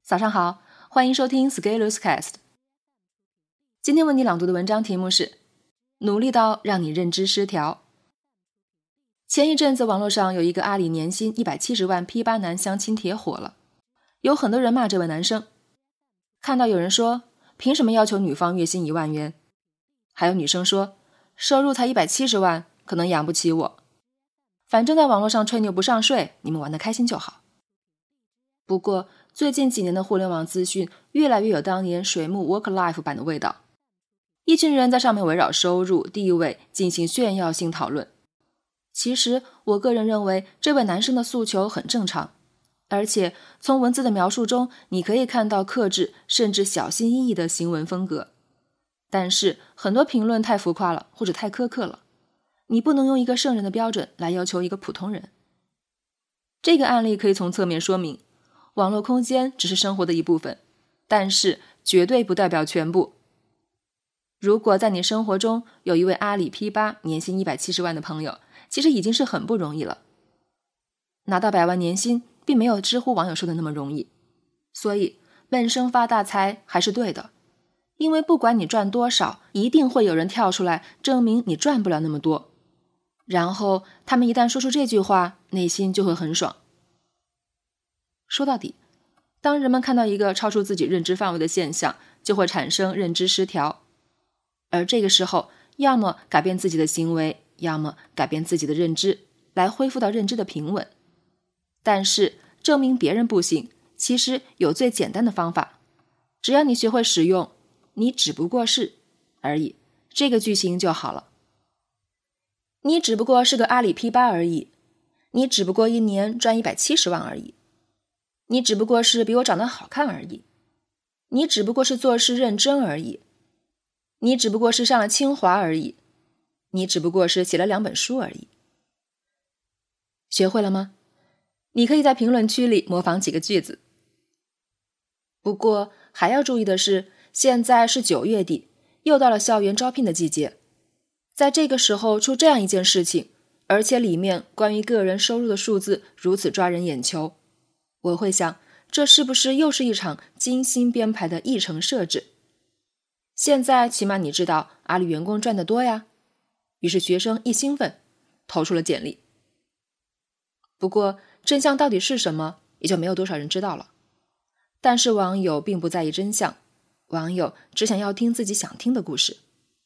早上好，欢迎收听 Scalers Cast。 今天为你朗读的文章题目是努力到让你认知失调。前一阵子网络上有一个阿里年薪170万 P8 男相亲帖火了，有很多人骂这位男生，看到有人说凭什么要求女方月薪1万元，还有女生说收入才170万可能养不起我，反正在网络上吹牛不上税，你们玩得开心就好。不过最近几年的互联网资讯越来越有当年水木 Work-Life 版的味道，一群人在上面围绕收入、地位进行炫耀性讨论。其实我个人认为这位男生的诉求很正常，而且从文字的描述中你可以看到克制甚至小心翼翼的行文风格。但是很多评论太浮夸了，或者太苛刻了，你不能用一个圣人的标准来要求一个普通人。这个案例可以从侧面说明，网络空间只是生活的一部分，但是绝对不代表全部。如果在你生活中有一位阿里 P8 年薪170万的朋友，其实已经是很不容易了。拿到100万年薪并没有知乎网友说的那么容易，所以闷声发大财还是对的，因为不管你赚多少，一定会有人跳出来证明你赚不了那么多，然后他们一旦说出这句话，内心就会很爽。说到底，当人们看到一个超出自己认知范围的现象，就会产生认知失调，而这个时候要么改变自己的行为，要么改变自己的认知，来恢复到认知的平稳。但是证明别人不行，其实有最简单的方法，只要你学会使用你只不过是而已这个句型就好了。你只不过是个阿里 P8 而已，你只不过一年赚170万而已，你只不过是比我长得好看而已，你只不过是做事认真而已，你只不过是上了清华而已，你只不过是写了2本书而已。学会了吗？你可以在评论区里模仿几个句子。不过还要注意的是，现在是9月底，又到了校园招聘的季节，在这个时候出这样一件事情，而且里面关于个人收入的数字如此抓人眼球，我会想，这是不是又是一场精心编排的议程设置？现在起码你知道阿里员工赚得多呀。于是学生一兴奋，投出了简历。不过真相到底是什么，也就没有多少人知道了。但是网友并不在意真相，网友只想要听自己想听的故事。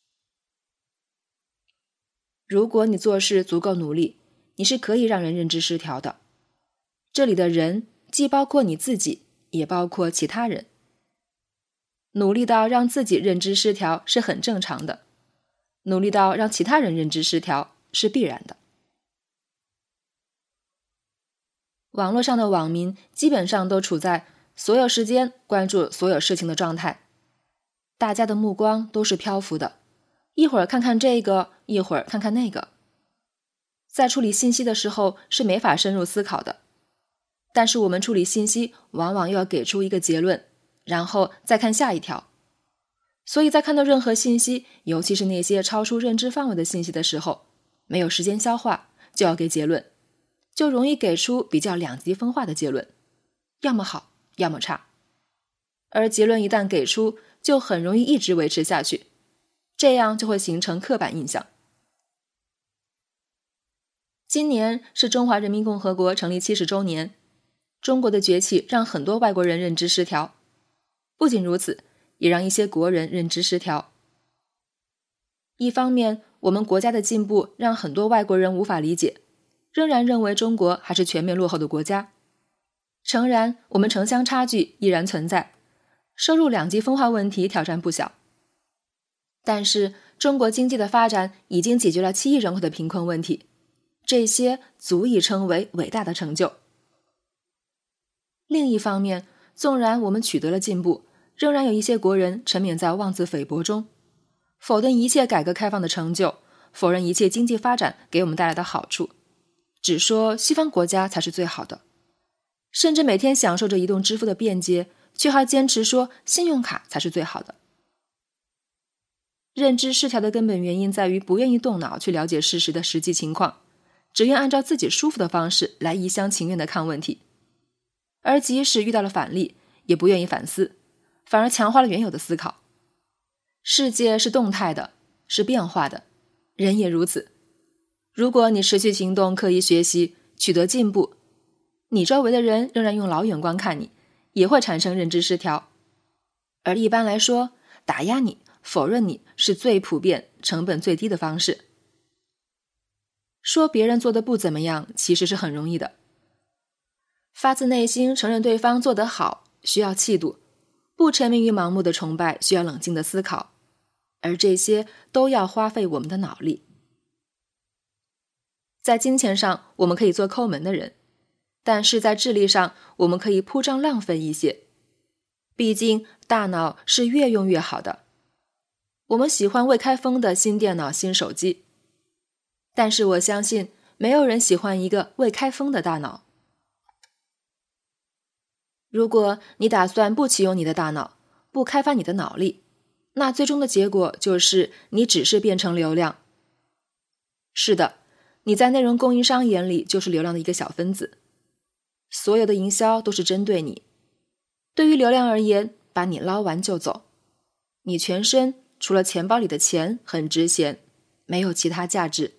如果你做事足够努力，你是可以让人认知失调的。这里的人既包括你自己，也包括其他人。努力到让自己认知失调是很正常的，努力到让其他人认知失调是必然的。网络上的网民基本上都处在所有时间关注所有事情的状态，大家的目光都是漂浮的，一会儿看看这个，一会儿看看那个。在处理信息的时候是没法深入思考的，但是我们处理信息往往又要给出一个结论，然后再看下一条。所以在看到任何信息，尤其是那些超出认知范围的信息的时候，没有时间消化就要给结论，就容易给出比较两极分化的结论，要么好，要么差。而结论一旦给出，就很容易一直维持下去，这样就会形成刻板印象。今年是中华人民共和国成立70周年，中国的崛起让很多外国人认知失调，不仅如此，也让一些国人认知失调。一方面，我们国家的进步让很多外国人无法理解，仍然认为中国还是全面落后的国家。诚然，我们城乡差距依然存在，收入两极分化问题挑战不小。但是，中国经济的发展已经解决了7亿人口的贫困问题，这些足以称为伟大的成就。另一方面，纵然我们取得了进步，仍然有一些国人沉湎在妄自菲薄中，否定一切改革开放的成就，否认一切经济发展给我们带来的好处，只说西方国家才是最好的，甚至每天享受着移动支付的便捷，却还坚持说信用卡才是最好的。认知失调的根本原因在于不愿意动脑去了解事实的实际情况，只愿按照自己舒服的方式来一厢情愿地看问题。而即使遇到了反例， 也不愿意反思，反而强化了原有的思考。世界是动态的，是变化的，人也如此。如果你持续行动，刻意学习，取得进步，你周围的人仍然用老眼光看你，也会产生认知失调。而一般来说，打压你、否认你是最普遍、成本最低的方式。说别人做的不怎么样，其实是很容易的。发自内心承认对方做得好，需要气度；不沉迷于盲目的崇拜，需要冷静的思考。而这些都要花费我们的脑力。在金钱上，我们可以做抠门的人，但是在智力上，我们可以铺张浪费一些。毕竟大脑是越用越好的。我们喜欢未开封的新电脑、新手机，但是我相信没有人喜欢一个未开封的大脑。如果你打算不启用你的大脑，不开发你的脑力，那最终的结果就是你只是变成流量。是的，你在内容供应商眼里就是流量的一个小分子。所有的营销都是针对你。对于流量而言，把你捞完就走。你全身除了钱包里的钱很值钱，没有其他价值。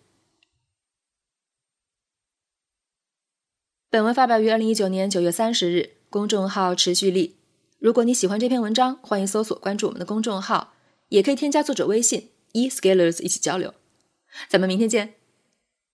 本文发表于2019年9月30日，公众号持续力。如果你喜欢这篇文章，欢迎搜索关注我们的公众号，也可以添加作者微信 eScalers 一起交流。咱们明天见。